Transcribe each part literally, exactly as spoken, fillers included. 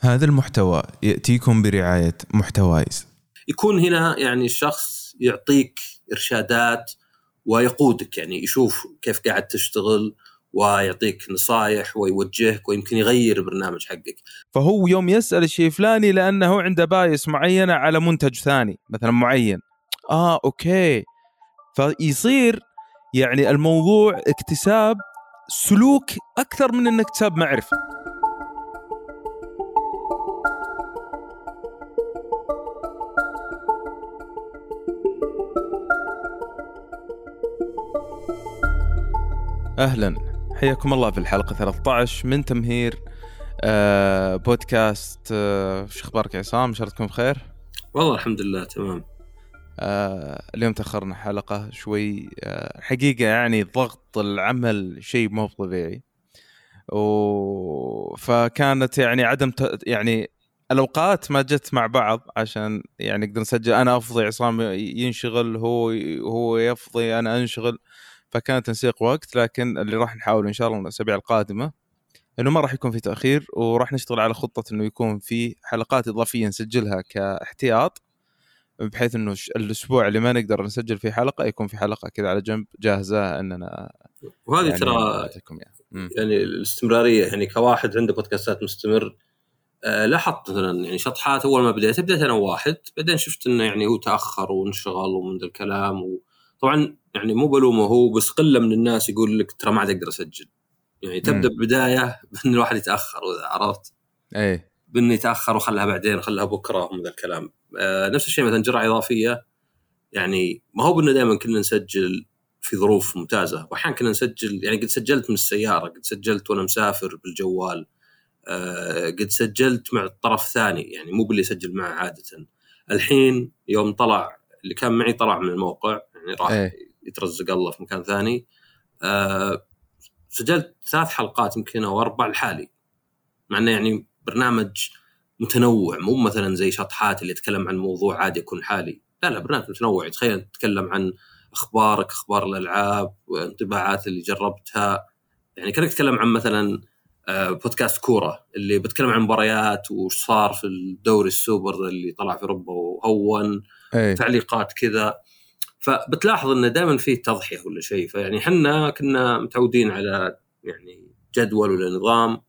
هذا المحتوى يأتيكم برعاية محتوايز. يكون هنا يعني الشخص يعطيك إرشادات ويقودك، يعني يشوف كيف قاعد تشتغل ويعطيك نصايح ويوجهك ويمكن يغير البرنامج حقك. فهو يوم يسأل الشيء فلاني لأنه عنده بايس معينة على منتج ثاني مثلا معين، آه أوكي، فيصير يعني الموضوع اكتساب سلوك أكثر من أنك اكتساب معرفة. أهلا، حياكم الله في الحلقة ثلاثة عشر من تمهير آه بودكاست. آه شو أخبارك يا عصام؟ شرتكم بخير؟ والله الحمد لله تمام. آه اليوم تأخرنا حلقة شوي، آه حقيقة يعني ضغط العمل شيء مو طبيعي، فكانت يعني عدم ت... يعني الأوقات ما جت مع بعض عشان يعني نقدر نسجل. أنا أفضي، عصام ينشغل، هو هو يفضي، أنا أنشغل، فكانت تنسيق وقت. لكن اللي راح نحاول إن شاء الله الأسابيع القادمة إنه ما راح يكون في تأخير، وراح نشتغل على خطة إنه يكون في حلقات إضافية نسجلها كاحتياط، بحيث إنه الأسبوع اللي ما نقدر نسجل فيه حلقة يكون في حلقة كذا على جنب جاهزة إننا وهذه يعني ترى يعني, يعني الاستمرارية، يعني كواحد عنده بودكاستات مستمر. أه لاحظت مثلا يعني شطحات أول ما بديت بديت أنا واحد، بعدين شفت إنه يعني هو تأخر وانشغل ومن ذا الكلام، وطبعا يعني مو بلومه هو، بس قلة من الناس يقول لك ترى ما تقدر أسجل. يعني تبدأ بداية بأن الواحد يتأخر، وإذا عرفت إيه بأن يتأخر وخلها بعدين خلها بكرة ومن ذا الكلام. أه نفس الشيء مثلا جرعة إضافية، يعني ما هو بأنه دائما كنا نسجل في ظروف ممتازة، وأحيانا كنا نسجل يعني قد سجلت من السيارة، قد سجلت وأنا مسافر بالجوال، أه قد سجلت مع الطرف ثاني، يعني مو باللي سجل معه عادة. الحين يوم طلع اللي كان معي طلع من الموقع، يعني راح إيه. يترزق الله في مكان ثاني. أه سجلت ثلاث حلقات يمكن أو أربع لحالي، مع أنه يعني برنامج متنوع، مو مثلا زي شطحات اللي يتكلم عن موضوع عادي يكون حالي. لا لا، برنامج متنوع. تخيل تتكلم عن أخبارك، أخبار الألعاب وانطباعات اللي جربتها. يعني كنت أتكلم عن مثلا بودكاست كورة اللي بتكلم عن مباريات وش صار في الدوري السوبر اللي طلع في أوروبا وهون، أيه. تعليقات كذا. فبتلاحظ إنه دائما فيه تضحية ولا شيء. فيعني حنا كنا متعودين على يعني جدول ولا نظام،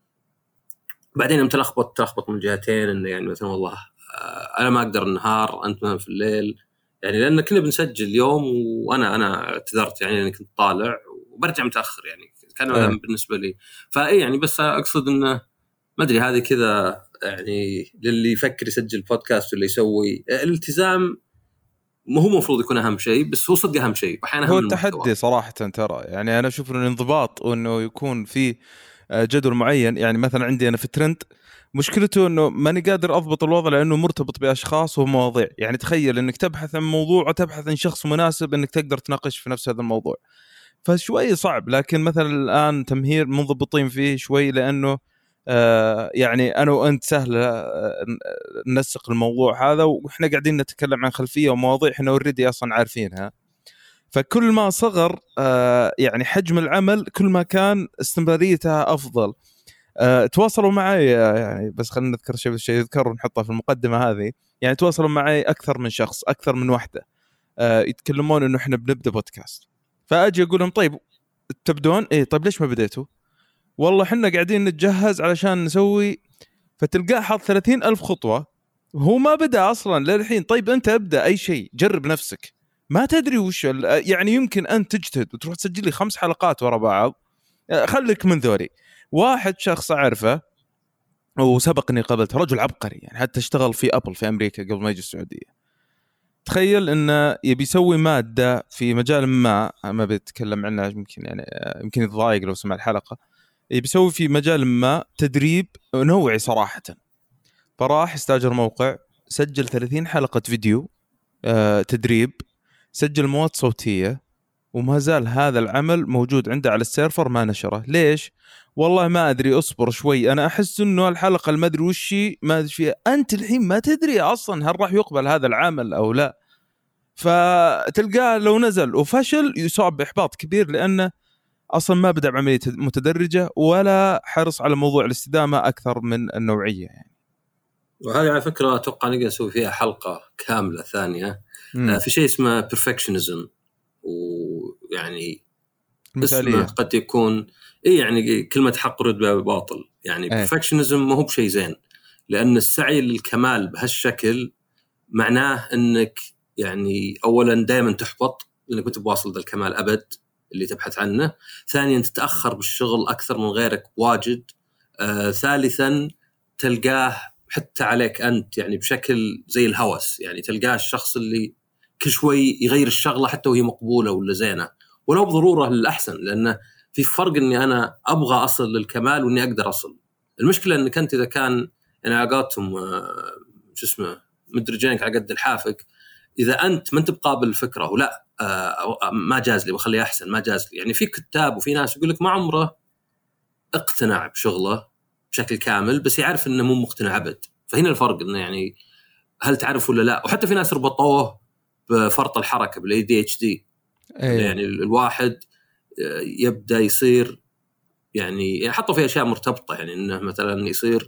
بعدين يوم تلخبط تلخبط من جهتين، إنه يعني مثلا والله أنا ما أقدر النهار، أنت مثلا في الليل، يعني لأن كنا بنسجل اليوم وأنا أنا اعتذرت يعني لأني كنت طالع وبرجع متأخر، يعني كان مثلا أه. بالنسبة لي. فأي يعني بس أقصد إنه ما أدري، هذه كذا يعني للي يفكر يسجل بودكاست واللي يسوي الالتزام، ما هو مفروض يكون أهم شيء، بس هو صدق أهم شيء، وأحيانا هو أهم التحدي صراحة ترى. يعني أنا أشوف إنه الانضباط وإنه يكون في جدول معين. يعني مثلا عندي أنا في ترند مشكلته إنه ماني قادر أضبط الوضع لأنه مرتبط بأشخاص ومواضيع. يعني تخيل إنك تبحث عن موضوع وتبحث عن شخص مناسب إنك تقدر تناقش في نفس هذا الموضوع، فشوي صعب. لكن مثلا الآن تمهير منضبطين فيه شوي، لأنه آه يعني أنا وأنت سهل آه ننسق الموضوع هذا، وإحنا قاعدين نتكلم عن خلفية ومواضيع إحنا أوريدي أصلا عارفينها. فكل ما صغر آه يعني حجم العمل كل ما كان استمراريتها أفضل. أه تواصلوا معي، يعني بس خلينا نذكر شيء شيء يذكر ونحطه في المقدمة هذه. يعني تواصلوا معي أكثر من شخص، أكثر من واحدة، أه يتكلمون إنه إحنا بنبدأ بودكاست. فأجي أقول لهم طيب تبدون إيه؟ طيب ليش ما بديتوا؟ والله إحنا قاعدين نتجهز علشان نسوي. فتلقاه حاط ثلاثين ألف خطوة وهو ما بدأ أصلا للحين. طيب أنت أبدأ أي شيء، جرب نفسك، ما تدري وش يعني يمكن أن تجتهد وتروح تسجل لي خمس حلقات ورا بعض. خليك من ذوري. واحد شخص أعرفه وسبقني قبلت، رجل عبقري، يعني حتى اشتغل في أبل في أمريكا قبل ما يجي السعودية. تخيل إنه يبي يسوي مادة في مجال ما ما بيتكلم عنها، يمكن يعني يمكن يتضايق لو سمع الحلقة. يبي يسوي في مجال ما تدريب نوعي صراحة. فراح استاجر موقع، سجل ثلاثين حلقة فيديو آه تدريب، سجل مواد صوتية، وما زال هذا العمل موجود عنده على السيرفر ما نشره. ليش؟ والله ما أدري، أصبر شوي، أنا أحس إنه الحلقة المدري وشي ما أدري فيها. أنت الحين ما تدري أصلا هل راح يقبل هذا العمل أو لا. فتلقاه لو نزل وفشل يصاب بإحباط كبير، لأنه اصلا ما بدا بعمليه متدرجه ولا حرص على موضوع الاستدامه اكثر من النوعيه يعني. وهذه على فكره اتوقع نقدر نسوي فيها حلقه كامله ثانيه. مم. في شيء اسمه perfectionism، ويعني مثاليه قد يكون إيه يعني كلمه حق رتبه باطل يعني. أي. perfectionism ما هو بشيء زين، لان السعي للكمال بهالشكل معناه انك يعني اولا دائما تحبط لانك كنت بواصل ذا الكمال ابد اللي تبحث عنه. ثانيا تتاخر بالشغل اكثر من غيرك واجد. آه، ثالثا تلقاه حتى عليك انت يعني بشكل زي الهوس، يعني تلقاه الشخص اللي كل شوي يغير الشغله حتى وهي مقبوله ولا زينه ولو بضروره للاحسن، لانه في فرق اني انا ابغى اصل للكمال واني اقدر اصل. المشكله انك انت اذا كان يعني علاقاتهم آه، شو اسمه مدرجينك على قد الحافك، اذا انت ما انت بقابل الفكره ولا آه ما جاز لي بخليه احسن ما جاز لي. يعني في كتاب وفي ناس يقول لك ما عمره اقتنع بشغله بشكل كامل بس يعرف انه مو مقتنع ابد. فهنا الفرق انه يعني هل تعرف ولا لا. وحتى في ناس ربطوه بفرط الحركه بالاي دي اتش دي، يعني الواحد يبدا يصير يعني حطوا فيه اشياء مرتبطه، يعني انه مثلا يصير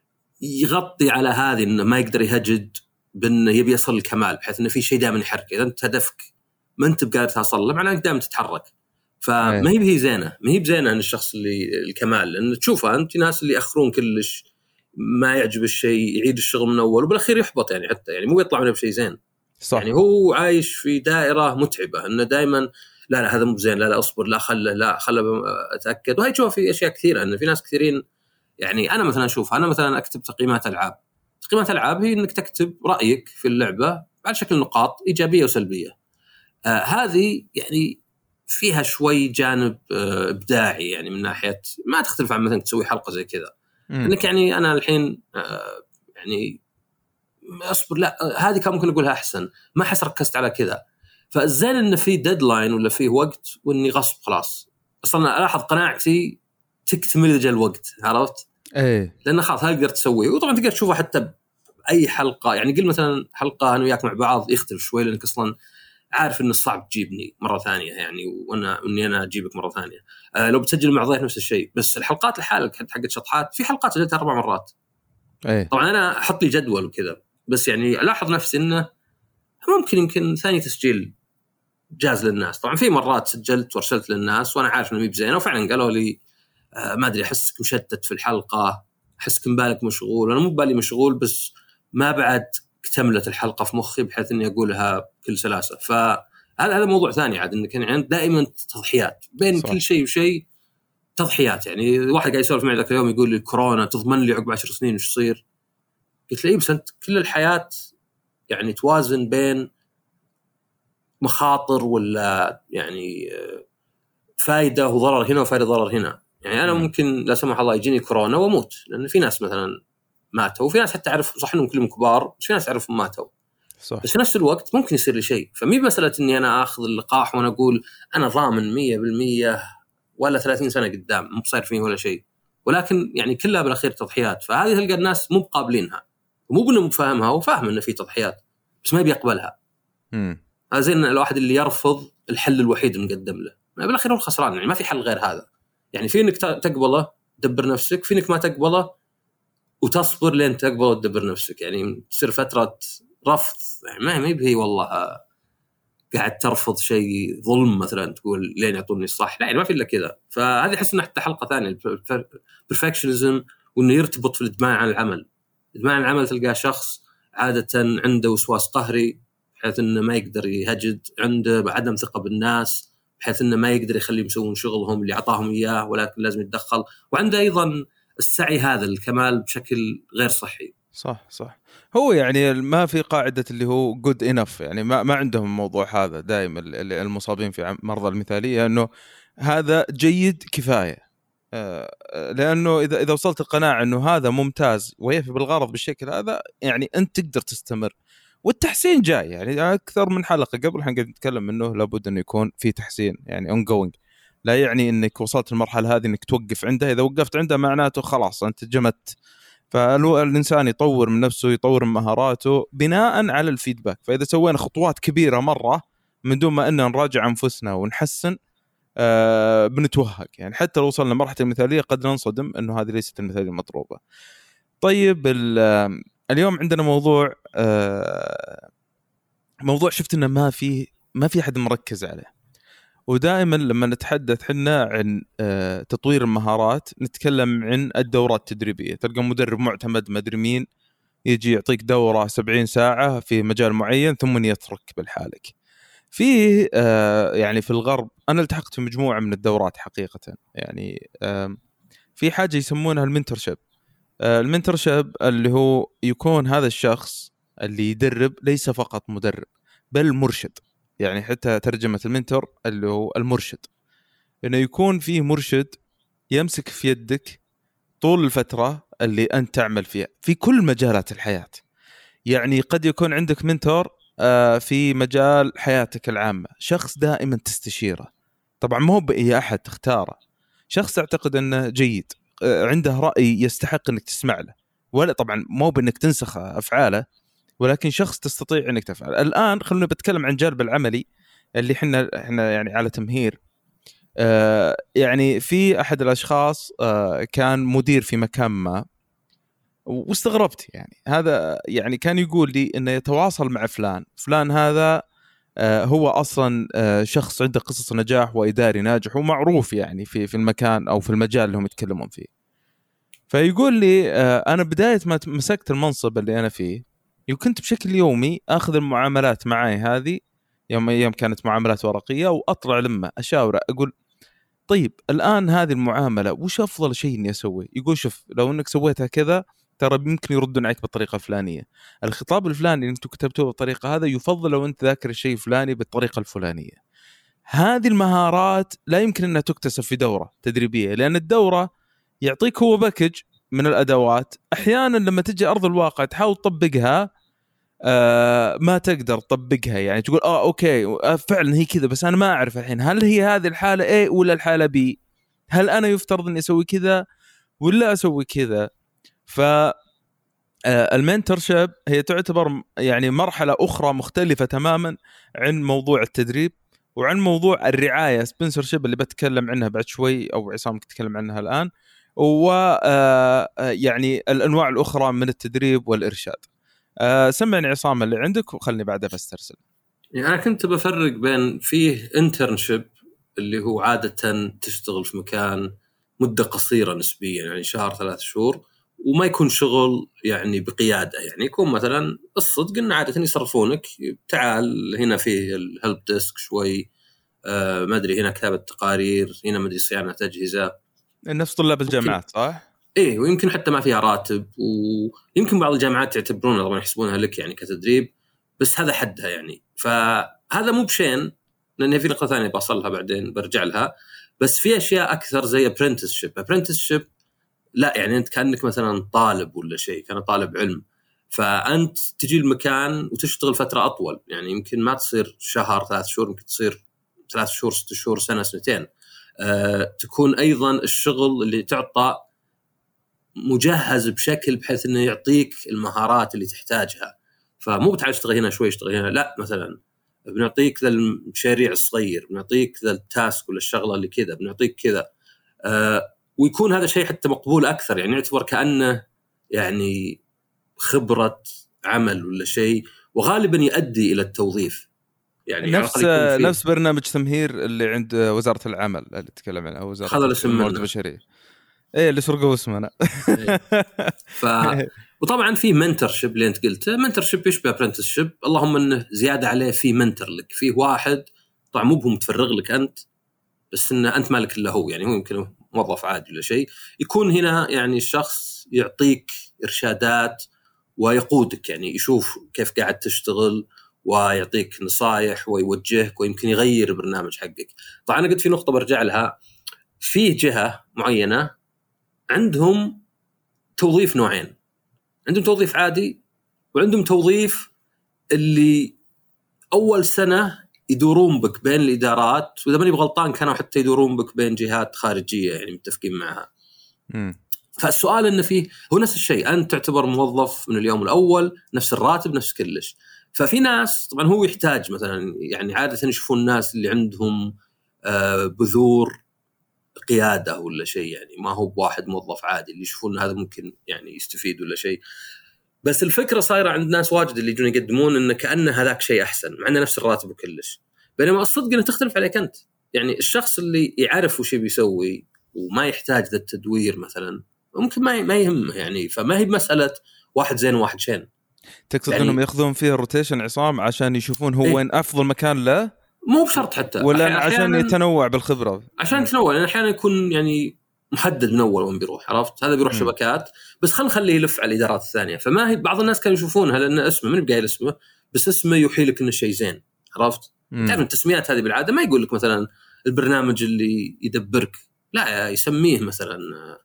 يغطي على هذه انه ما يقدر يهجد بانه يبي يصل الكمال، بحيث انه في شيء دائما يحرك. اذا انت هدفك ما انت بقادر توصل له معناه انك دائما تتحرك. فما هي بهي زينه ما هي بزينه ان الشخص اللي الكمال، لان تشوفها انت ناس اللي ياخرون كلش ما يعجب الشيء يعيد الشغل من اول وبالاخير يحبط، يعني حتى يعني مو يطلع منه بشيء زين. صح. يعني هو عايش في دائره متعبه انه دائما لا لا هذا مو زين، لا لا اصبر، لا خله لا خله اتاكد. وهي تشوف في اشياء كثيره ان في ناس كثيرين يعني انا مثلا اشوف انا مثلا اكتب تقييمات العاب. تقييمات العاب هي انك تكتب رايك في اللعبه على شكل نقاط ايجابيه وسلبيه. آه هذه يعني فيها شوي جانب آه ابداعي، يعني من ناحيه ما تختلف عن مثلا تسوي حلقه زي كذا انك يعني انا الحين آه يعني اصبر لا هذه كان ممكن اقولها احسن ما حس ركزت على كذا. فالزين انه في ديدلاين ولا فيه وقت واني غصب خلاص. اصلا الاحظ قناعتي تكتمل اذا جاء الوقت، عرفت؟ ايه لأنه خلاص هل تقدر تسويه. وطبعا تقدر تشوفه حتى بأي حلقة، يعني قل مثلا حلقة أنا وياك مع بعض يختلف شوي لأنك أصلا عارف إنه صعب تجيبني مرة ثانية يعني وأنا إني أنا أجيبك مرة ثانية. آه لو بتسجل مع ضيف نفس الشيء. بس الحلقات لحالك حقت شطحات في حلقات سجلتها أربع مرات. ايه طبعا أنا أحط لي جدول وكذا بس يعني ألاحظ نفسي إنه ممكن يمكن ثاني تسجيل جاز للناس. طبعا في مرات سجلت وارسلت للناس وأنا عارف إنه مي بزينة وفعلا قالوا لي آه ما أدري أحسك مشتت في الحلقة، أحس كم بالك مشغول. أنا مو بالي مشغول بس ما بعد اكتملت الحلقة في مخي بحيث إني أقولها بكل سلاسة. فهذا هذا موضوع ثاني عاد إنك يعني دائما تضحيات بين صح. كل شيء وشيء تضحيات. يعني واحد قاعد يسولف معي ذاك اليوم يقول لي الكورونا تضمن لي عقب عشر سنين وش يصير؟ قلت له إيه بس أنت كل الحياة يعني توازن بين مخاطر ولا يعني فائدة وضرر هنا وفائدة ضرر هنا. يعني أنا ممكن لا سمح الله يجيني كورونا وأموت لأن في ناس مثلا ماتوا وفي ناس حتى أعرف صح إنهم كلهم كبار بس في ناس أعرفهم ماتوا صح. بس في نفس الوقت ممكن يصير لي شيء. فمي مسألة إني أنا أخذ اللقاح وأنا أقول أنا ضامن مية بالمية ولا ثلاثين سنة قدام مو بصير فيه ولا شيء، ولكن يعني كلها بالأخير تضحيات. فهذه تلقى الناس مو قابلينها ومو بأنه مفهمها وفاهم إنه في تضحيات بس ما بيقبلها. هذا زي الواحد اللي يرفض الحل الوحيد المقدم له بالأخير هو الخسران. يعني ما في حل غير هذا. يعني في إنك تقبله تدبر نفسك، في إنك ما تقبله وتصبر لين تقبل وتدبر نفسك. يعني تصير فترة رفض يعني ما هي بهي والله قاعد ترفض شيء ظلم مثلا تقول لين يعطوني الصح، لا يعني ما في إلا كذا. فهذه أحس إنها حتى حلقة ثانية البرفكشنزم وإنه يرتبط في الإدمان عن العمل. إدمان عن العمل تلقى شخص عادة عنده وسواس قهري بحيث إنه ما يقدر يهجد، عنده عدم ثقة بالناس بحيث إنه ما يقدر يخليهم يسوون شغلهم اللي عطاهم إياه ولكن لازم يتدخل، وعنده أيضا السعي هذا الكمال بشكل غير صحي. صح صح. هو يعني ما في قاعدة اللي هو good enough، يعني ما ما عندهم الموضوع هذا دائما المصابين في مرضى المثالية إنه هذا جيد كفاية. لأنه إذا إذا وصلت القناعة إنه هذا ممتاز ويفي بالغرض بالشكل هذا يعني أنت تقدر تستمر. والتحسين جاي يعني أكثر من حلقة قبل حنقدر نتكلم إنه لابد إنه يكون في تحسين يعني ongoing. لا يعني إنك وصلت المرحلة هذه إنك توقف عندها، إذا وقفت عندها معناته خلاص أنت جمت. فالإنسان يطور من نفسه يطور من مهاراته بناء على الفيدباك. فإذا سوينا خطوات كبيرة مرة من دون ما أننا نراجع أنفسنا ونحسن آه بنتوهق. يعني حتى لو وصلنا مرحلة المثالية قد ننصدم أنه هذه ليست المثالية المطلوبة. طيب اليوم عندنا موضوع آه موضوع شفت إنه ما في ما في حد مركز عليه. ودائما لما نتحدث حنا عن آه تطوير المهارات نتكلم عن الدورات التدريبية. تلقى مدرب معتمد مدري مين يجي يعطيك دورة سبعين ساعة في مجال معين ثم يترك بالحالك. في آه يعني في الغرب أنا التحقت في مجموعة من الدورات حقيقة. يعني آه في حاجة يسمونها المنتورشيب. آه المنتورشيب اللي هو يكون هذا الشخص اللي يدرب ليس فقط مدرب بل مرشد. يعني حتى ترجمة المنتور اللي هو المرشد، إنه يكون فيه مرشد يمسك في يدك طول الفترة اللي أنت تعمل فيها في كل مجالات الحياة. يعني قد يكون عندك منتور في مجال حياتك العامة، شخص دائما تستشيره، طبعا مو بأي أحد تختاره، شخص تعتقد أنه جيد عنده رأي يستحق أنك تسمع له، ولا طبعا مو بأنك تنسخ أفعاله، ولكن شخص تستطيع أنك تفعل. الآن خلونا بتكلم عن الجانب العملي اللي حنا إحنا يعني على تمهير. آه يعني في أحد الأشخاص آه كان مدير في مكان ما، واستغربت يعني هذا يعني كان يقول لي إنه يتواصل مع فلان فلان هذا آه هو أصلا آه شخص عنده قصص نجاح وإداري ناجح ومعروف يعني في في المكان أو في المجال اللي هم يتكلمون فيه. فيقول لي آه أنا بداية ما مسكت المنصب اللي أنا فيه كنت بشكل يومي أخذ المعاملات معي هذه، يوم أيام كانت معاملات ورقية، وأطلع لما أشاور أقول طيب الآن هذه المعاملة وش أفضل شيء إني أسويه؟ يقول شوف لو إنك سويتها كذا ترى يمكن يردون عليك بالطريقة الفلانية، الخطاب الفلاني اللي أنتم كتبتوه بالطريقة هذا يفضل لو أنت ذاكر الشيء الفلاني بالطريقة الفلانية. هذه المهارات لا يمكن أنها تكتسب في دورة تدريبية، لأن الدورة يعطيك هو باكج من الأدوات، أحيانا لما تجي أرض الواقع تحاول تطبقها آه ما تقدر تطبقها. يعني تقول اه اوكي آه فعلا هي كذا، بس انا ما اعرف الحين هل هي هذه الحاله A ولا الحاله B، هل انا يفترض اني اسوي كذا ولا اسوي كذا. ف المنتورشيب هي تعتبر يعني مرحله اخرى مختلفه تماما عن موضوع التدريب وعن موضوع الرعايه سبونسرشيب اللي بتكلم عنها بعد شوي، او عصام تتكلم عنها الان، و يعني الانواع الاخرى من التدريب والارشاد. أه سمعني عصام اللي عندك وخلني بعدها بسترسل. يعني أنا كنت بفرق بين فيه انترنشيب اللي هو عادة تشتغل في مكان مدة قصيرة نسبيا، يعني شهر ثلاث شهور، وما يكون شغل يعني بقيادة، يعني يكون مثلا الصدق إن عادة يصرفونك تعال هنا فيه الهلب ديسك شوي، آه ما أدري هنا كتابة تقارير، هنا ما أدري صيانة أجهزة، نفس طلاب الجامعات صح؟ إيه، ويمكن حتى ما فيها راتب، ويمكن بعض الجامعات تعتبرونها طبعا يحسبونها لك يعني كتدريب، بس هذا حدها يعني. فهذا مو بشين، لأن في نقطة ثانية بوصلها بعدين برجع لها، بس في أشياء أكثر زي apprenticeship. apprenticeship لا يعني أنت كأنك مثلا طالب ولا شيء، كان طالب علم، فأنت تجي المكان وتشتغل فترة أطول، يعني يمكن ما تصير شهر ثلاث شهور، يمكن تصير ثلاث شهور ست شهور سنة سنتين. أه تكون أيضا الشغل اللي تعطى مجهز بشكل بحيث انه يعطيك المهارات اللي تحتاجها، فمو بتعال تشتغل هنا شوي اشتغل هنا، لا مثلا بنعطيك ذا المشاريع الصغير، بنعطيك ذا التاسك ولا الشغله اللي كذا، بنعطيك كذا، آه ويكون هذا شيء حتى مقبول اكثر، يعني يعتبر كانه يعني خبره عمل ولا شيء، وغالبا يؤدي الى التوظيف. يعني نفس نفس برنامج تمهير اللي عند وزاره العمل اللي تتكلم عنه، او وزاره الموارد البشريه، ايه اللي سرقوا اسمنا. إيه. ف وطبعا في منتورشيب اللي انت قلته، منتورشيب يشبه ابرنتسشيب، اللهم انه زياده عليه في منتور لك، فيه واحد طبعا مو بهم متفرغ لك انت، بس انه انت مالك الا هو، يعني هو يمكن موظف عادي ولا شيء، يكون هنا يعني الشخص يعطيك ارشادات ويقودك، يعني يشوف كيف قاعد تشتغل ويعطيك نصايح ويوجهك ويمكن يغير برنامج حقك. طبعا انا قلت في نقطه برجع لها، فيه جهه معينه عندهم توظيف نوعين، عندهم توظيف عادي وعندهم توظيف اللي أول سنة يدورون بك بين الإدارات، وإذا ماني بغلطان كانوا حتى يدورون بك بين جهات خارجية يعني متفقين معها. م. فالسؤال إنه فيه هو نفس الشيء، أنت تعتبر موظف من اليوم الأول، نفس الراتب نفس كلش. ففي ناس طبعا هو يحتاج مثلا، يعني عادة يشوفون الناس اللي عندهم بذور قيادة ولا شيء، يعني ما هو بواحد موظف عادي اللي يشوفون هذا ممكن يعني يستفيد ولا شيء. بس الفكرة صايرة عند ناس واجد اللي يجون يقدمون إن كأن هذاك شيء أحسن مع إنه نفس الراتب وكلش، بينما الصدق إنه تختلف عليك أنت. يعني الشخص اللي يعرف وش بيسوي وما يحتاج ذا التدوير مثلا ممكن ما ما يهمه يعني، فما هي مسألة واحد زين وواحد شين. تقصد يعني انهم ياخذون فيه الروتيشن عصام عشان يشوفون هو وين إيه؟ افضل مكان له، مو بشرط حتى، ولا عشان يتنوع بالخبره؟ عشان يتنوع، لان احيانا يكون يعني محدد من اول وين بيروح، عرفت؟ هذا بيروح م. شبكات بس خل نخليه يلف على الادارات الثانيه. فما هي بعض الناس كانوا يشوفونها لان اسمه من بقايل اسمه، بس اسمه يوحي لك انه شيء زين، عرفت؟ تعرف التسميات هذه بالعاده ما يقول لك مثلا البرنامج اللي يدبرك، لا يسميه مثلا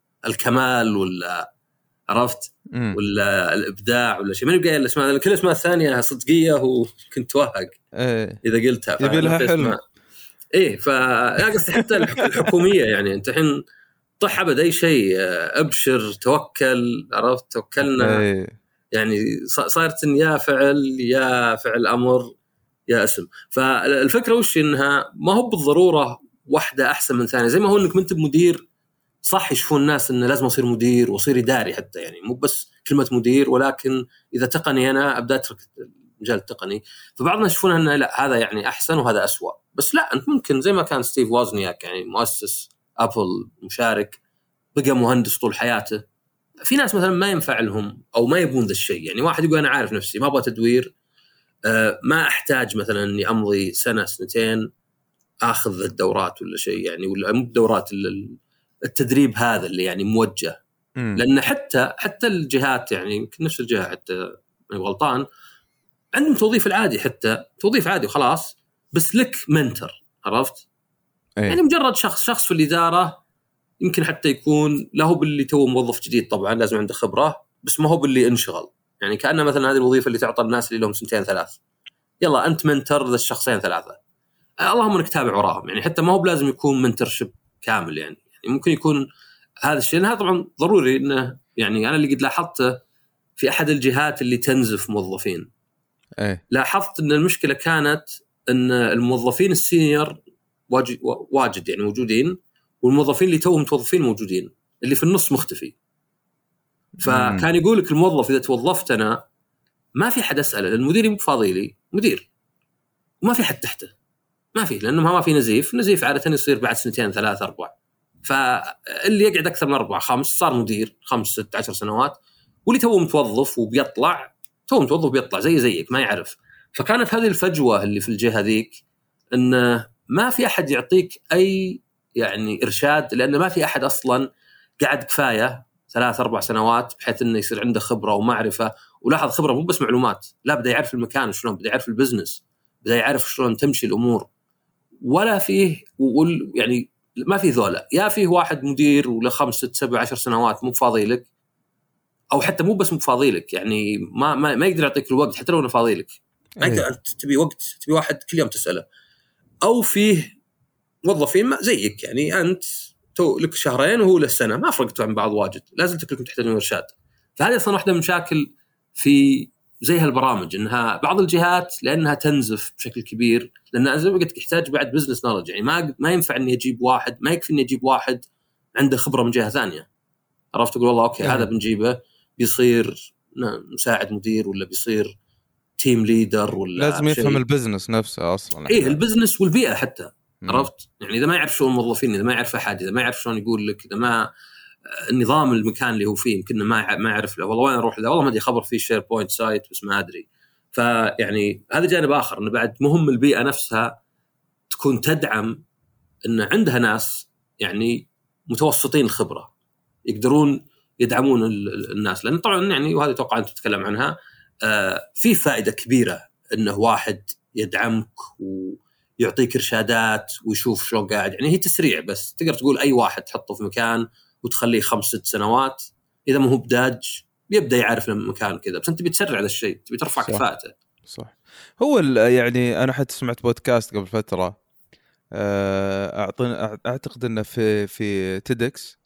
الكمال ولا عرفت م. ولا الابداع ولا شيء، من بقايل الاسماء، كل الاسماء الثانيه صدقيه وكنت توهق ايه. اذا قلتها يبي لها حلم. ايه فاقصد حتى الحكوميه يعني انت الحين طح ابد اي شيء ابشر توكل، عرفت؟ توكلنا أيه. يعني صارت يا فعل يا فعل امر يا اسم. فالفكره وش انها ما هو بالضروره واحده احسن من ثانيه، زي ما هو انك منت بمدير صح يشوفون الناس انه لازم اصير مدير واصير اداري حتى، يعني مو بس كلمه مدير، ولكن اذا تقني انا ابدا اترك المجال التقني. فبعض الناس يشوفون انه لا هذا يعني احسن وهذا أسوأ، بس لا انت ممكن زي ما كان ستيف وازنياك يعني مؤسس ابل مشارك بقى مهندس طول حياته. في ناس مثلا ما ينفع لهم او ما يبون ذا الشيء، يعني واحد يقول انا عارف نفسي ما ابغى تدوير، أه ما احتاج مثلا اني امضي سنه سنتين اخذ الدورات ولا شيء يعني، ولا مو الدورات التدريب هذا اللي يعني موجه. م. لان حتى حتى الجهات يعني يمكن نفس الجهه حتى غلطان عندهم توظيف العادي، حتى توظيف عادي وخلاص بس لك منتر، عرفت؟ أيه. يعني مجرد شخص شخص في الإدارة يمكن حتى يكون له باللي تو موظف جديد، طبعا لازم عنده خبرة بس ما هو باللي انشغل، يعني كأنه مثلا هذه الوظيفة اللي تعطى الناس اللي لهم سنتين ثلاث، يلا أنت منتر ذا الشخصين ثلاثة، اللهم انك تابع وراهم، يعني حتى ما هو بلازم يكون منترشيب كامل يعني. يعني ممكن يكون هذا الشيء، هذا طبعا ضروري انه يعني انا اللي قد لاحظته في احد الجهات اللي تنزف موظفين. أيه. لاحظت ان المشكله كانت ان الموظفين السينيور واجد واجد يعني موجودين، والموظفين اللي توهم متوظفين موجودين، اللي في النص مختفي. فكان يقول لك الموظف اذا توظفت انا ما في حد اساله، لان المدير مو فاضي لي مدير، وما في حد تحته، ما في، لانه ما في نزيف. نزيف عاده يصير بعد سنتين ثلاثة أربع، فاللي يقعد أكثر من أربعة خمس صار مدير خمس ست عشر سنوات، واللي توه متوظف وبيطلع توه متوظف بيطلع زي زيك ما يعرف. فكانت هذه الفجوة اللي في الجهة ذيك، إنه ما في أحد يعطيك أي يعني إرشاد، لأنه ما في أحد أصلاً قاعد كفاية ثلاث أربع سنوات بحيث إنه يصير عنده خبرة ومعرفة. ولاحظ خبرة مو بس معلومات، لا بدأ يعرف المكان شلون، بدأ يعرف البزنس، بدأ يعرف شلون تمشي الأمور. ولا فيه يعني ما في ذولا، يا فيه واحد مدير ولا خمس ست سبع عشر سنوات مو فاضي لك، أو حتى مو بس مو فاضي لك يعني ما ما, ما يقدر يعطيك الوقت حتى لو أنه فاضي لك، ما يقدر. أنت تبي وقت، تبي واحد كل يوم تسأله. أو فيه موظفين ما زيك يعني أنت تو لك شهرين وهو له سنة، ما فرقتوا عن بعض واجد، لازم تكلكم تحتاجون إرشاد. فهذه أصلا واحدة من مشاكل في زي هالبرامج، إنها بعض الجهات لأنها تنزف بشكل كبير، لأن زي ما قلت يحتاج بعد بزنس نولج، يعني ما ما ينفع إني أجيب واحد، ما يكفي إني أجيب واحد عنده خبرة من جهة ثانية، عرفت؟ تقول والله أوكي هذا بنجيبه بيصير مساعد مدير ولا بيصير تيم ليدر ولا لازم يفهم البزنس نفسه أصلا. إيه البزنس والبيئة حتى، عرفت؟ يعني إذا ما يعرف شو الموظفين، إذا ما يعرف أحد، إذا ما يعرف شلون يقول لك، إذا ما النظام المكان اللي هو فيه يمكن ما ما يعرف له، والله وين أروح له، والله ما أدري خبر فيه شير بوينت سايت بس ما أدري. فيعني هذا جانب آخر، إنه بعد مهم البيئة نفسها تكون تدعم إن عندها ناس يعني متوسطين الخبرة يقدرون يدعمون الناس، لأن طبعا يعني وهذه توقع أنت تتكلم عنها، آه في فائدة كبيرة إنه واحد يدعمك ويعطيك إرشادات ويشوف شلون قاعد، يعني هي تسريع بس تقدر تقول أي واحد تحطه في مكان وتخليه خمس ست سنوات إذا ما هو بداج بيبدأ يعرف لما مكان كذا، بس أنت بتسرع هذا الشيء، تبي ترفع كفاءته. صح. هو يعني أنا حتى سمعت بودكاست قبل فترة، أعطينا أعتقد أنه في في تيدكس،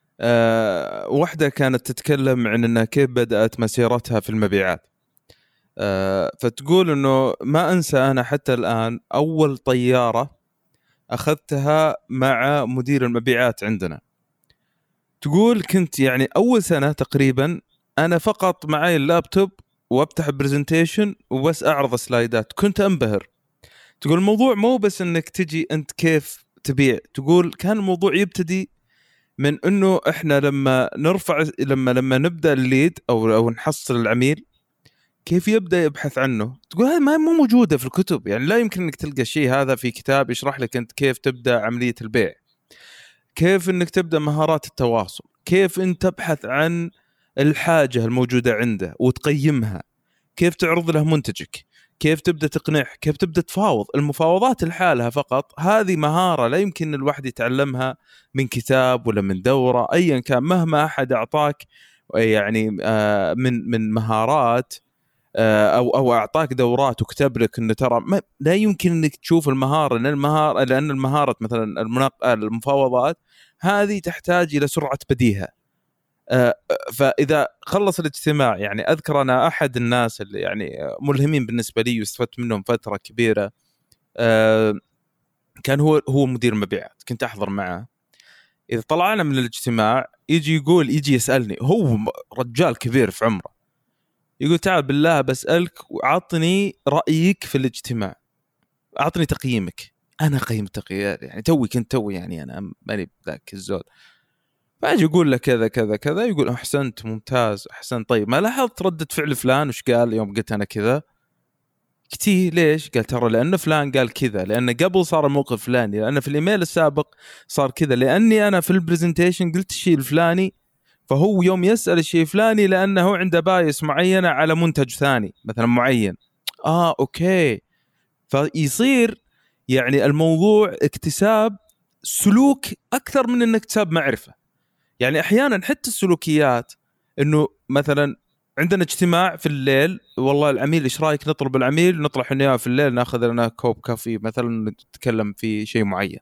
أه واحدة كانت تتكلم عن أنها كيف بدأت مسيرتها في المبيعات. أه فتقول أنه ما أنسى أنا حتى الآن أول طيارة أخذتها مع مدير المبيعات عندنا. تقول كنت يعني أول سنة تقريبا أنا فقط معي اللابتوب وأفتح برزنتيشن وبس أعرض سلايدات، كنت أنبهر. تقول الموضوع مو بس أنك تجي أنت كيف تبيع، تقول كان الموضوع يبتدي من أنه إحنا لما نرفع لما لما نبدأ الليد أو أو نحصل العميل كيف يبدأ يبحث عنه. تقول هذا ما مو موجودة في الكتب، يعني لا يمكن أنك تلقى شيء هذا في كتاب يشرح لك أنت كيف تبدأ عملية البيع، كيف أنك تبدأ مهارات التواصل، كيف أنت تبحث عن الحاجة الموجودة عنده وتقيمها، كيف تعرض له منتجك، كيف تبدأ تقنعه، كيف تبدأ تفاوض. المفاوضات لحالها فقط هذه مهارة لا يمكن الواحد يتعلمها من كتاب ولا من دورة أيا كان، مهما أحد أعطاك يعني من من مهارات أو أو أعطاك دورات وكتب لك إنه ترى لا يمكن إنك تشوف المهارة، لأن المهارة لأن المهارة مثلا المناق المفاوضات هذه تحتاج إلى سرعة بديهة. فإذا خلص الاجتماع يعني أذكر أنا أحد الناس اللي يعني ملهمين بالنسبة لي واستفدت منهم فترة كبيرة، كان هو هو مدير مبيعات، كنت أحضر معه. إذا طلعنا من الاجتماع يجي يقول يجي يسألني، هو رجال كبير في عمره، يقول تعال بالله بسألك وعطني رأيك في الاجتماع، أعطني تقييمك. أنا قيم تقييم يعني توي كنت توي يعني أنا ماني ذاك الزود، فأجي يقول له كذا كذا كذا، يقول أحسنت ممتاز أحسنت. طيب ما لاحظت ردة فعل فلان وش قال يوم قلت أنا كذا؟ كتير ليش؟ قال ترى لأن فلان قال كذا، لأن قبل صار الموقف فلاني، لأن في الإيميل السابق صار كذا، لأني أنا في البرزنتيشن قلت الشيء الفلاني، فهو يوم يسأل الشيء الفلاني لأنه عنده بايس معينة على منتج ثاني مثلا معين. آه أوكي. فيصير يعني الموضوع اكتساب سلوك أكثر من أنك اكتساب معرفة. يعني أحيانا حتى السلوكيات، إنه مثلا عندنا اجتماع في الليل، والله العميل إيش رأيك نطلب العميل نطلع إحنا في الليل نأخذ لنا كوب كافي مثلا نتكلم في شيء معين.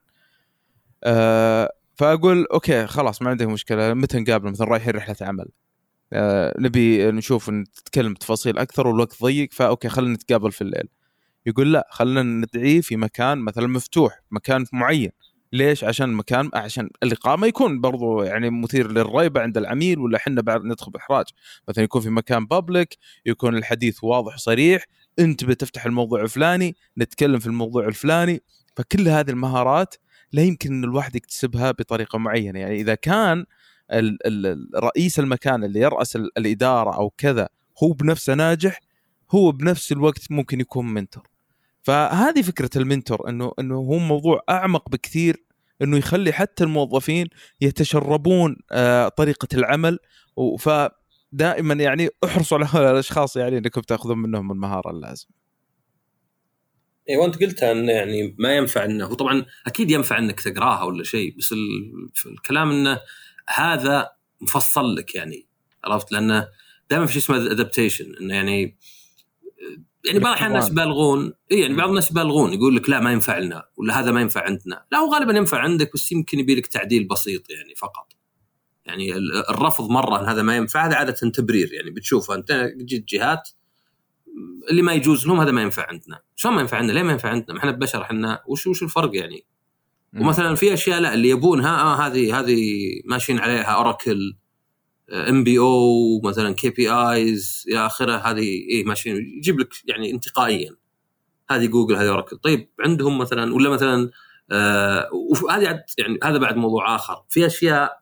أه فأقول أوكي خلاص ما عندك مشكلة، متى نقابل مثلا رايحين رحلة عمل، أه نبي نشوف نتكلم تفاصيل أكثر والوقت ضيق، فأوكي خلينا نتقابل في الليل. يقول لا خلينا ندعيه في مكان مثلا مفتوح، مكان معين. ليش؟ عشان مكان عشان الإقامة يكون برضو يعني مثير للريبة عند العميل، ولا حنا بعد ندخل بإحراج. مثلا يكون في مكان بابليك، يكون الحديث واضح صريح، أنت بتفتح الموضوع الفلاني نتكلم في الموضوع الفلاني. فكل هذه المهارات لا يمكن أن الواحد يكتسبها بطريقة معينة. يعني إذا كان الرئيس المكان اللي يرأس الإدارة أو كذا هو بنفسه ناجح، هو بنفس الوقت ممكن يكون منتور. فهذه فكرة المنتور، إنه إنه هو موضوع أعمق بكثير، إنه يخلي حتى الموظفين يتشربون آه طريقة العمل. فدائما يعني احرصوا على الأشخاص يعني إنكم تأخذون منهم المهارة اللازم. إيه وأنت قلتها إنه يعني ما ينفع إنه، وطبعا أكيد ينفع إنك تقراها ولا شيء، بس الكلام إنه هذا مفصل لك يعني، عرفت؟ لأنه دائما في شيء اسمه adaptation، إنه يعني يعني بعض الناس بالغون، إيه يعني بعض الناس بالغون يقول لك لا ما ينفع لنا ولا هذا ما ينفع عندنا. لا هو غالبا ينفع عندك، بس يمكن يبي لك تعديل بسيط يعني فقط. يعني الرفض مرة هذا ما ينفع، هذا عادة تبرير، يعني بتشوفها أنت جيت جهات اللي ما يجوز لهم هذا ما ينفع عندنا. شو ما ينفع عندنا؟ ليه ما ينفع عندنا؟ ما احنا بشر احنا، وش وش الفرق يعني؟ ومثلا في أشياء لا اللي يبونها آه هذه هذه ماشيين عليها أوراكل ام بي او مثلا كي بي ايز الى اخره، هذه ايه ماشيين يجيب لك يعني انتقائيا، هذه جوجل هذه اوراكل. طيب عندهم مثلا ولا مثلا آه وهذه يعني هذا بعد موضوع اخر. في اشياء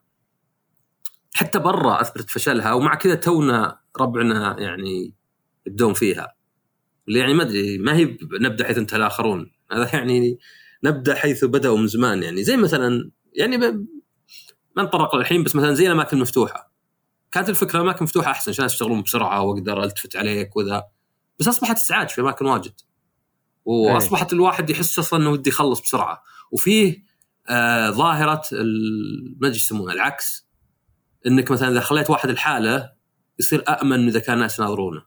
حتى برا اثبتت فشلها ومع كذا تونا ربعنا يعني يبدون فيها، اللي يعني ما ادري ما هي نبدا حيث انتهى الاخرون، هذا يعني نبدا حيث بداوا من زمان. يعني زي مثلا يعني ما نطرق الحين، بس مثلا زي الاماكن المفتوحه، كانت الفكرة أماكن مفتوحة أحسن عشان يشتغلون بسرعة وأقدر ألتفت عليك وذا، بس أصبحت إزعاج في أماكن واجد، وأصبحت أي. الواحد يحس أصلاً إنه ودي يخلص بسرعة. وفيه آه ظاهرة ما أدري يسمونها العكس، إنك مثلاً إذا خليت واحد الحالة يصير أأمن إذا كان الناس يناظرونه،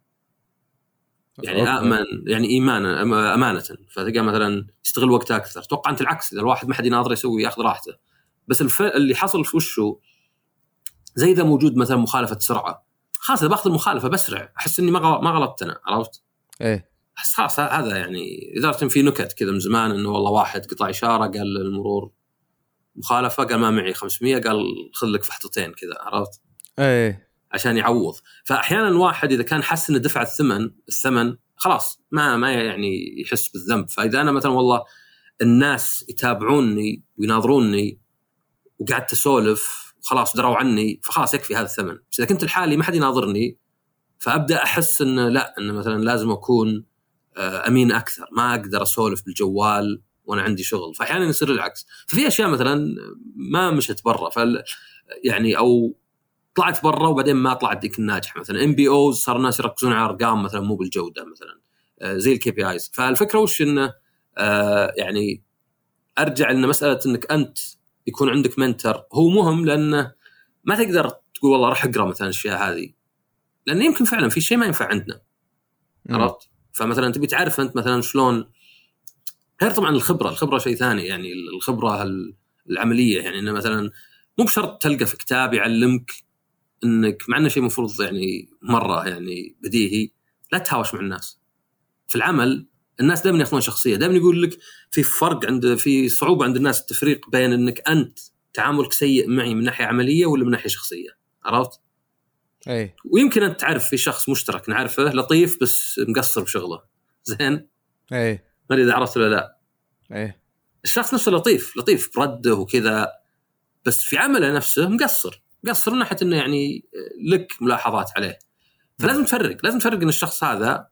يعني أوكي. أأمن يعني إيمانا أمانة، فتلقى مثلاً يستغل وقته أكثر. توقع أنت العكس، إذا الواحد ما حد يناظر يسوي يأخذ راحته. بس الف... اللي حصل في وشه زي إذا موجود مثلا مخالفة سرعة، خلاص إذا باخذ المخالفة بسرع أحس إني ما ما غلطت أنا، عرفت؟ إيه خلاص هذا يعني إذا في نكت كذا من زمان إنه والله واحد قطع إشارة قال المرور مخالفة قال ما معي خمسمية قال خذ لك فحطتين كذا عرفت ايه عشان يعوض. فأحيانا واحد إذا كان حس إنه دفع الثمن الثمن خلاص ما ما يعني يحس بالذنب. فإذا أنا مثلا والله الناس يتابعوني ويناظروني وقعدت أسولف خلاص دروا عني فخلاص يكفي هذا الثمن. بس إذا كنت الحالي ما حد يناظرني فأبدأ أحس إنه لا إنه مثلا لازم أكون أمين أكثر ما أقدر أسولف بالجوال وأنا عندي شغل. فأحيانا يصير العكس. ففي أشياء مثلا ما مشت برا فال يعني أو طلعت برا وبعدين ما طلعت ديك الناجح. مثلا إم بي أوز صار الناس يركزون على أرقام مثلا مو بالجودة مثلا زي الكي بي آيز. فالفكرة وش إنه آه يعني أرجع إن مسألة إنك أنت يكون عندك منتر هو مهم لأنه ما تقدر تقول والله راح أقرأ مثلا الأشياء هذه لأن يمكن فعلا في شيء ما ينفع عندنا عرفت. فمثلا تبي تعرف أنت مثلا شلون غير طبعا الخبرة الخبرة شيء ثاني يعني الخبرة العملية يعني إنه مثلا مو بشرط تلقى في كتاب يعلمك إنك مع إنه شيء مفروض يعني مرة يعني بديهي لا تهاوش مع الناس في العمل. الناس دائما ياخذون شخصية دائما يقول لك في فرق عند في صعوبة عند الناس التفريق بين إنك أنت تعاملك سيء معي من ناحية عملية ولا من ناحية شخصية عرفت. أي. ويمكن أنت تعرف في شخص مشترك نعرفه لطيف بس مقصر بشغله زين. أي. ما أدري إذا عرفت ولا لا. أي. الشخص نفسه لطيف لطيف برده وكذا بس في عمله نفسه مقصر مقصر من ناحية إنه يعني لك ملاحظات عليه. فلازم تفرق لازم تفرق إن الشخص هذا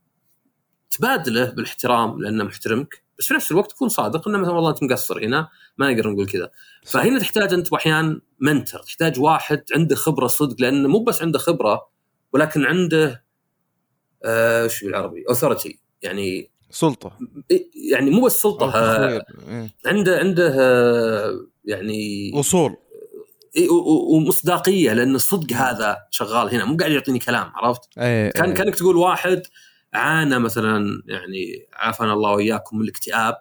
تبادله بالاحترام لأنه محترمك بس في نفس الوقت تكون صادق إنه مثلا والله أنت مقصر هنا ما نقدر نقول كذا. فهنا تحتاج أنت وأحيان منتر تحتاج واحد عنده خبرة صدق لأنه مو بس عنده خبرة ولكن عنده آه شو بالعربي authority يعني سلطة يعني مو بس سلطة آه عنده عنده آه يعني وصول ومصداقية لأن الصدق هذا شغال هنا مو قاعد يعطيني كلام عرفت. أي. كان أي. كانك تقول واحد عانى مثلا يعني عافانا الله وإياكم من الاكتئاب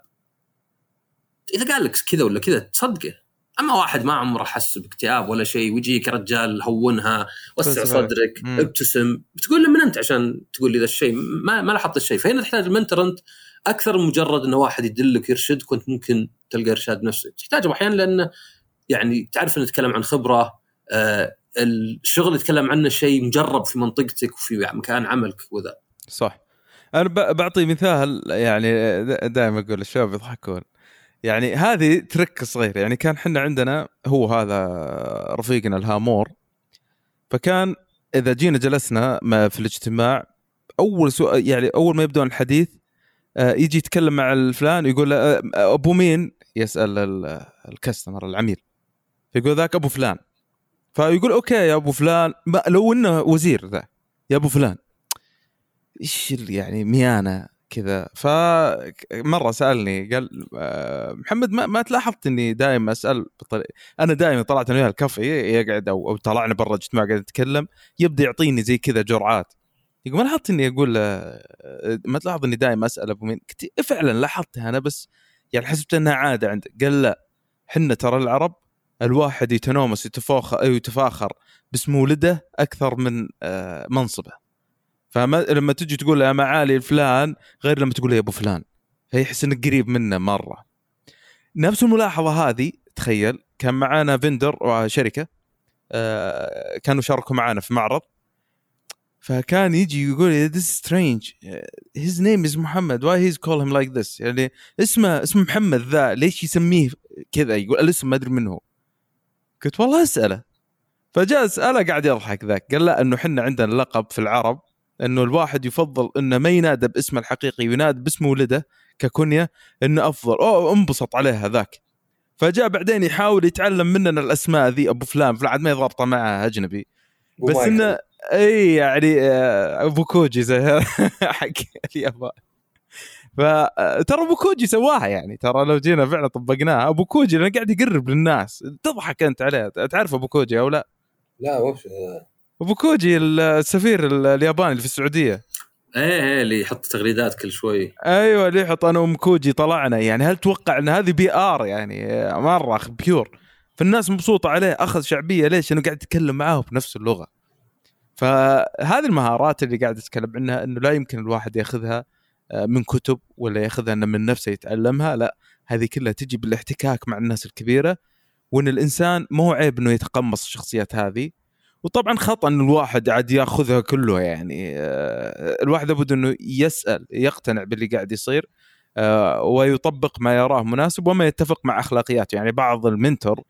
إذا قال لك كذا ولا كذا تصدقه. أما واحد ما عمره حس باكتئاب ولا شيء ويجيك رجال هونها وسع صدرك مم. ابتسم بتقول له من أنت عشان تقول لي ذا الشيء ما ما لاحظت الشيء. فهنا تحتاج المنتر أنت أكثر من مجرد إنه واحد يدلك يرشد كنت ممكن تلقى إرشاد نفسك تحتاجه أحيانا لأنه يعني تعرف أن نتكلم عن خبرة آه الشغل يتكلم عنه شيء مجرب في منطقتك وفي مكان عملك وذا صح. أنا بعطي مثال يعني دائما أقول الشباب يضحكون يعني هذه ترك صغير. يعني كان حنا عندنا هو هذا رفيقنا الهامور فكان إذا جينا جلسنا في الاجتماع أول سؤال يعني أول ما يبدأ الحديث يجي يتكلم مع الفلان يقول أبو مين يسأل الكاستمر العميل فيقول ذاك أبو فلان فيقول أوكي يا أبو فلان لو إنه وزير ذا يا أبو فلان إيش يعني ميانة كذا. فمرة سألني قال محمد ما, ما تلاحظت إني دائما أسأل بطريقة أنا دائما طلعت أنا وياه الكافي يقعد أو, أو طلعنا برا اجتماع قاعد نتكلم يبدأ يعطيني زي كذا جرعات يقول ما لاحظت إني أقول ما تلاحظ إني دائما أسأل أبو مين كنت فعلا لاحظتها أنا بس يعني حسبت أنها عادة عندك. قال لا حنا ترى العرب الواحد يتنومس يتفاخر أو يتفاخر باسم ولده أكثر من منصبه. فلما تجي تقول يا معالي الفلان غير لما تقول يا أبو فلان فيحس إنك قريب منه مرة. نفس الملاحظة هذه تخيل كان معانا فيندر وشركة كانوا شاركوا معانا في معرض فكان يجي يقول this is strange his name is محمد why he's call him like this يعني اسمه اسم محمد ذا ليش يسميه كذا يقول الاسم ما أدري منه. قلت والله أسأله فجاء أسأله قاعد يضحك ذاك قال لا أنه حنا عندنا لقب في العرب أنه الواحد يفضل أنه ما ينادى باسمه الحقيقي ينادى باسم ولده ككنية أنه أفضل أو انبسط عليها ذاك. فجاء بعدين يحاول يتعلم مننا الأسماء ذي أبو فلان فلعد ما يضبط معه أجنبي بس إنه أي يعني أبو كوجي زي هذا حق اليابان. فترى أبو كوجي سواها يعني ترى لو جينا فعلا طبقناها أبو كوجي أنا قاعد يقرب للناس تضحك أنت عليه. تعرف أبو كوجي أو لا؟ لا وش أبو كوجي السفير الياباني اللي في السعودية ايه ايه اللي يحط تغريدات كل شوي ايوه اللي يحط انا وام كوجي طلعنا يعني هل توقع ان هذه بي ار يعني مره بيور فالناس مبسوطه عليه اخذ شعبيه ليش انه قاعد يتكلم معاه بنفس اللغه. فهذه المهارات اللي قاعد اتكلم عنها انه لا يمكن الواحد ياخذها من كتب ولا ياخذها من نفسه يتعلمها، لا هذه كلها تجي بالاحتكاك مع الناس الكبيرة، وان الانسان ما هو عيب انه يتقمص الشخصيات هذه. وطبعا خطأ ان الواحد عاد ياخذها كله، يعني الواحد لابد انه يسأل يقتنع باللي قاعد يصير ويطبق ما يراه مناسب وما يتفق مع اخلاقياته. يعني بعض المنتور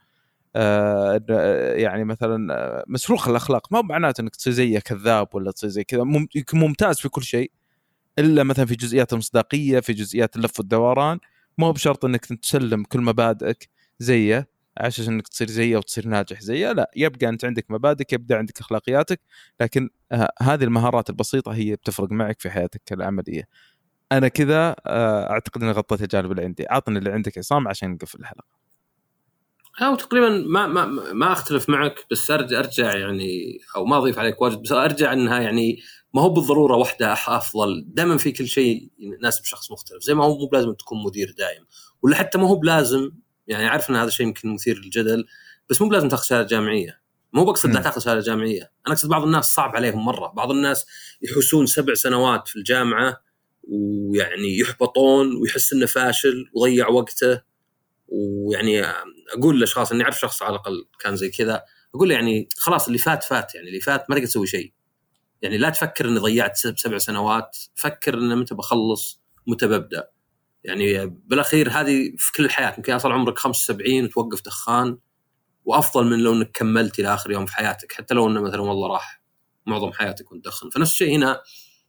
يعني مثلا مسروق الاخلاق، ما معناته انك تصير زيه كذاب ولا تصير زي كذا ممتاز في كل شيء، الا مثلا في جزئيات المصداقيه، في جزئيات اللف والدوران. ما هو بشرط انك تسلم كل مبادئك زيه عشان انك تصير زيه وتصير ناجح زيه، لا، يبقى انت عندك مبادئك، يبدا عندك اخلاقياتك، لكن هذه المهارات البسيطه هي بتفرق معك في حياتك العمليه. انا كذا اعتقد اني غطيت الجانب اللي عندي. عطني اللي عندك عصام عشان نقفل الحلقه. أو تقريبا ما ما ما أختلف معك، بس أرجع أرجع يعني أو ما أضيف عليك واجد، بس أرجع أنها يعني ما هو بالضرورة واحدة أفضل. دائما في كل شيء يناسب شخص مختلف، زي ما هو مو بلازم تكون مدير دائم، ولا حتى ما هو بلازم، يعني عارف أن هذا الشيء يمكن مثير للجدل، بس مو بلازم تأخذ شهادة جامعية. مو بقصد لا تأخذ شهادة جامعية، أنا أقصد بعض الناس صعب عليهم مرة. بعض الناس يحسون سبع سنوات في الجامعة ويعني يحبطون ويحس إنه فاشل وضيع وقته. ويعني أقول للأشخاص أني أعرف شخص على الأقل كان زي كذا، أقول له يعني خلاص اللي فات فات، يعني اللي فات ما تقدر تسوي شيء. يعني لا تفكر أني ضيعت سبع سنوات، فكر أنه متى بخلص متى ببدأ. يعني بالأخير هذه في كل الحياة. ممكن أصل عمرك خمسة وسبعين وتوقف دخان، وأفضل من لو أنك كملت إلى آخر يوم في حياتك، حتى لو أنه مثلا والله راح معظم حياتك وتدخن. فنفس الشيء هنا،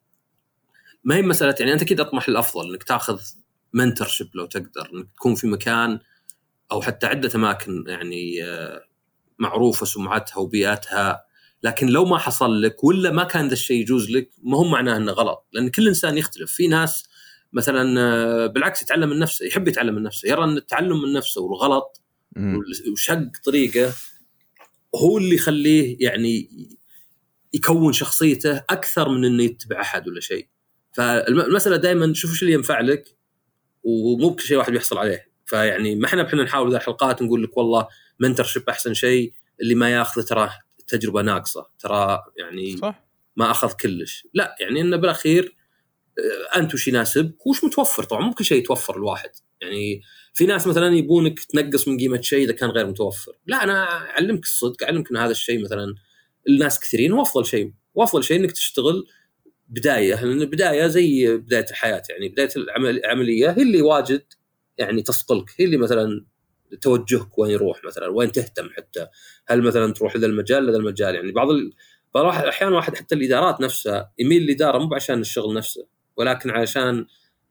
ما هي مسألة يعني أنت كده أطمح الأفضل أنك تأخذ منتورشيب لو تقدر، أنك تكون في مكان أو حتى عدة أماكن يعني معروفة سمعتها وبيئتها، لكن لو ما حصل لك ولا ما كان ذا الشيء يجوز لك، ما هم معناه أنه غلط، لأن كل إنسان يختلف. في ناس مثلا بالعكس يتعلم من نفسه، يحب يتعلم من نفسه، يرى أن التعلم من نفسه والغلط وشق طريقه هو اللي يخليه يعني يكون شخصيته أكثر من أنه يتبع أحد ولا شيء. فالمسألة دائما شوف شو اللي ينفع لك، ومو بكل شيء واحد بيحصل عليه. فيعني ما احنا بحنا نحاول ذا الحلقات نقول لك والله منتورشيب احسن شيء، اللي ما ياخذ ترى تجربه ناقصه، ترى يعني صح. ما اخذ كلش، لا، يعني انه بالاخير انت وش يناسبك وش متوفر. طبعا مو كل شيء يتوفر الواحد، يعني في ناس مثلا يبونك تنقص من قيمه شيء اذا كان غير متوفر. لا، انا اعلمك الصدق، اعلمك ان هذا الشيء مثلا الناس كثيرين وافضل شيء، وافضل شيء انك تشتغل بدايه، لان البدايه زي بدايه الحياه، يعني بدايه العمليه هي اللي واجد يعني تصقلك، هي اللي مثلا توجهك وين يروح، مثلا وين تهتم، حتى هل مثلا تروح لهذا المجال لهذا المجال. يعني بعض ال... احيانا واحد حتى الادارات نفسها يميل للاداره مو عشان الشغل نفسه، ولكن علشان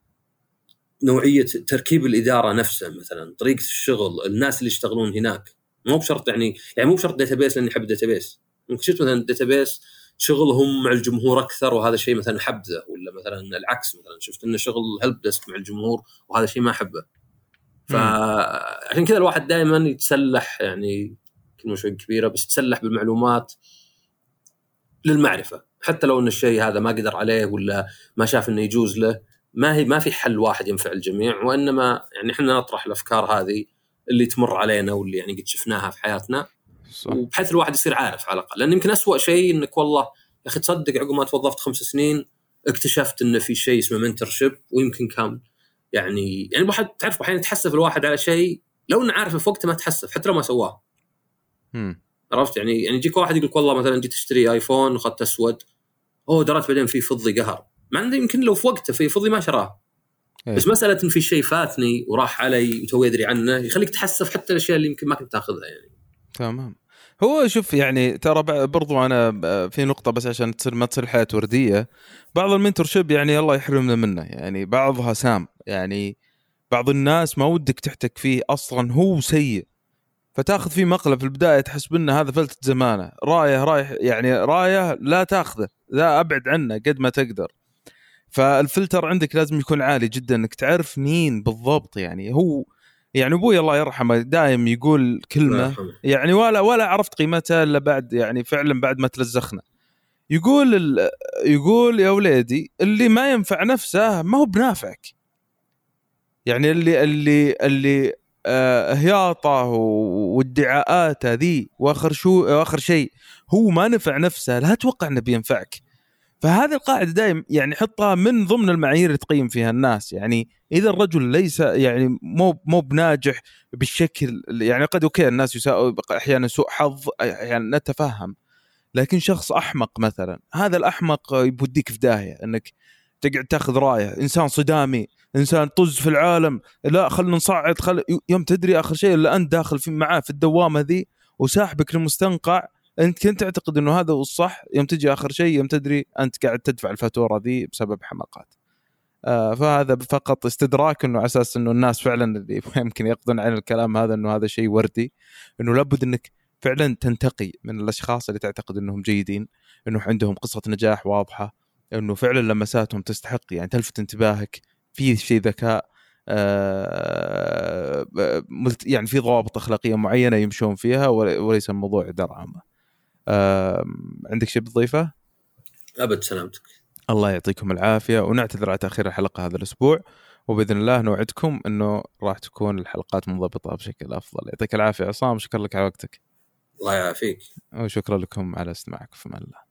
نوعيه تركيب الاداره نفسه، مثلا طريقه الشغل، الناس اللي يشتغلون هناك. مو بشرط يعني يعني مو بشرط داتابيس لاني احب داتابيس، ممكن شفت مثلا داتابيس شغلهم مع الجمهور اكثر وهذا الشيء مثلا حبذه، ولا مثلا العكس، مثلا شفت انه شغل هيلب ديسك مع الجمهور وهذا الشيء ما احبه. فعشان كذا الواحد دائما يتسلح، يعني كلمه شوي كبيره بس يتسلح بالمعلومات للمعرفه، حتى لو ان الشيء هذا ما قدر عليه ولا ما شاف انه يجوز له. ما هي ما في حل واحد ينفع الجميع، وانما يعني احنا نطرح الافكار هذه اللي تمر علينا واللي يعني قد شفناها في حياتنا، صح. وبحيث الواحد يصير عارف على الأقل. لأن يمكن أسوأ شيء إنك والله يا أخي تصدق عقب ما توظفت خمس سنين اكتشفت إنه في شيء اسمه منتورشيب، ويمكن كان يعني يعني الواحد تعرف أحيانا يتحسف الواحد على شيء لو إنه عارفه في وقته ما تحسف حتى لو ما سواه. امم عرفت يعني يعني يجيك واحد يقول والله مثلا جيت اشتري آيفون وخدت أسود، أوه درت بعدين في فضي قهر، مع إنه يمكن لو في وقته في فضي ما شراه. أيه. بس مسألة إن في شيء فاتني وراح علي وتوي أدري عنه يخليك تحسف حتى الأشياء اللي يمكن ما كنت تأخذها. يعني تمام. هو شوف يعني ترى برضو أنا في نقطة بس عشان تصير ما تصير حياة وردية، بعض المنتورشيب يعني الله يحرمنا منه، يعني بعضها سام، يعني بعض الناس ما ودك تحتك فيه أصلا، هو سيء فتاخذ فيه مقلب في البداية تحس بأنه هذا فلتة زمانه، رايه رايح يعني رايه لا تاخذه، لا أبعد عنه قد ما تقدر. فالفلتر عندك لازم يكون عالي جدا انك تعرف مين بالضبط. يعني هو يعني ابوي الله يرحمه دائم يقول كلمه يعني ولا ولا عرفت قيمتها الا بعد يعني فعلا بعد ما تلزخنا. يقول ال... يقول يا وليدي اللي ما ينفع نفسه ما هو بنافعك. يعني اللي اللي اللي آه هياطه وادعاءات هذه واخر شو اخر شيء هو ما نفع نفسه لا توقع انه بينفعك. فهذه القاعده دائما يعني حطها من ضمن المعايير اللي تقيم فيها الناس. يعني اذا الرجل ليس يعني مو مو بناجح بالشكل يعني قد اوكي الناس يساء احيانا سوء حظ يعني نتفهم، لكن شخص احمق مثلا، هذا الاحمق يوديك في داهيه انك تقعد تاخذ رايه. انسان صدامي، انسان طز في العالم، لا خلنا نصعد، خل يوم تدري اخر شيء الا انت داخل في معاه في الدوامه ذي وساحبك للمستنقع. انت كنت تعتقد انه هذا هو الصح، يوم تجي اخر شيء يوم تدري انت قاعد تدفع الفاتوره ذي بسبب حماقات. آه فهذا فقط استدراك انه على اساس انه الناس فعلا اللي يمكن يقضون عن الكلام هذا انه هذا شيء وردي، انه لابد انك فعلا تنتقي من الاشخاص اللي تعتقد انهم جيدين، انه عندهم قصه نجاح واضحه، انه فعلا لمساتهم تستحق يعني تلفت انتباهك، في شيء ذكاء، آه يعني في ضوابط اخلاقيه معينه يمشون فيها وليس الموضوع درعمه. آه عندك شيء بتضيفه؟ ابد سلامتك. الله يعطيكم العافيه، ونعتذر على تاخير الحلقه هذا الاسبوع، وباذن الله نوعدكم انه راح تكون الحلقات منضبطه بشكل افضل. يعطيك العافيه عصام، شكرا لك على وقتك. الله يعافيك. وشكرا لكم على استماعكم. في امان الله.